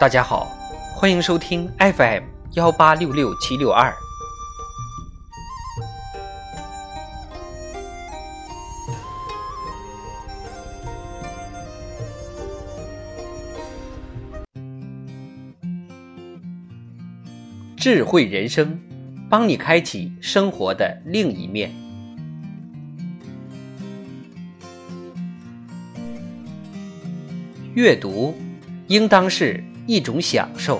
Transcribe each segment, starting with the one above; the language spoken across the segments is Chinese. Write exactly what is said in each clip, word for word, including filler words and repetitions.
大家好，欢迎收听 F M 一八六六七六二。智慧人生，帮你开启生活的另一面。阅读应当是一种享受。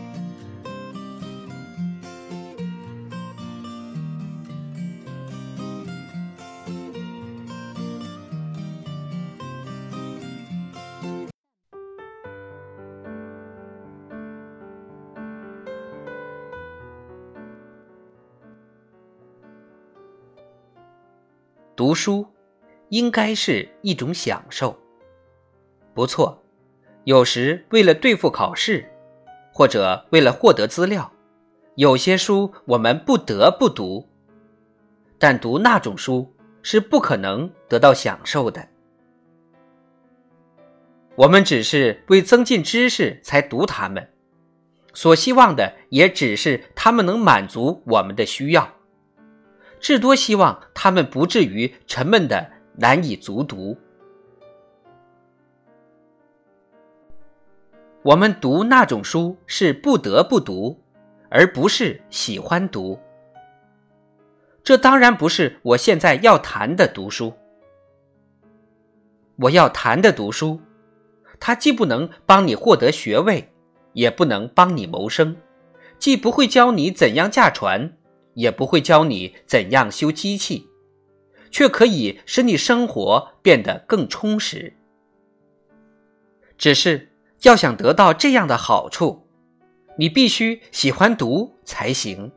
读书应该是一种享受。不错，有时为了对付考试，或者为了获得资料，有些书我们不得不读，但读那种书是不可能得到享受的。我们只是为增进知识才读它们，所希望的也只是它们能满足我们的需要，至多希望它们不至于沉闷的难以卒读。我们读那种书是不得不读，而不是喜欢读。这当然不是我现在要谈的读书。我要谈的读书，它既不能帮你获得学位，也不能帮你谋生，既不会教你怎样驾船，也不会教你怎样修机器，却可以使你生活变得更充实。只是要想得到这样的好处，你必须喜欢读才行。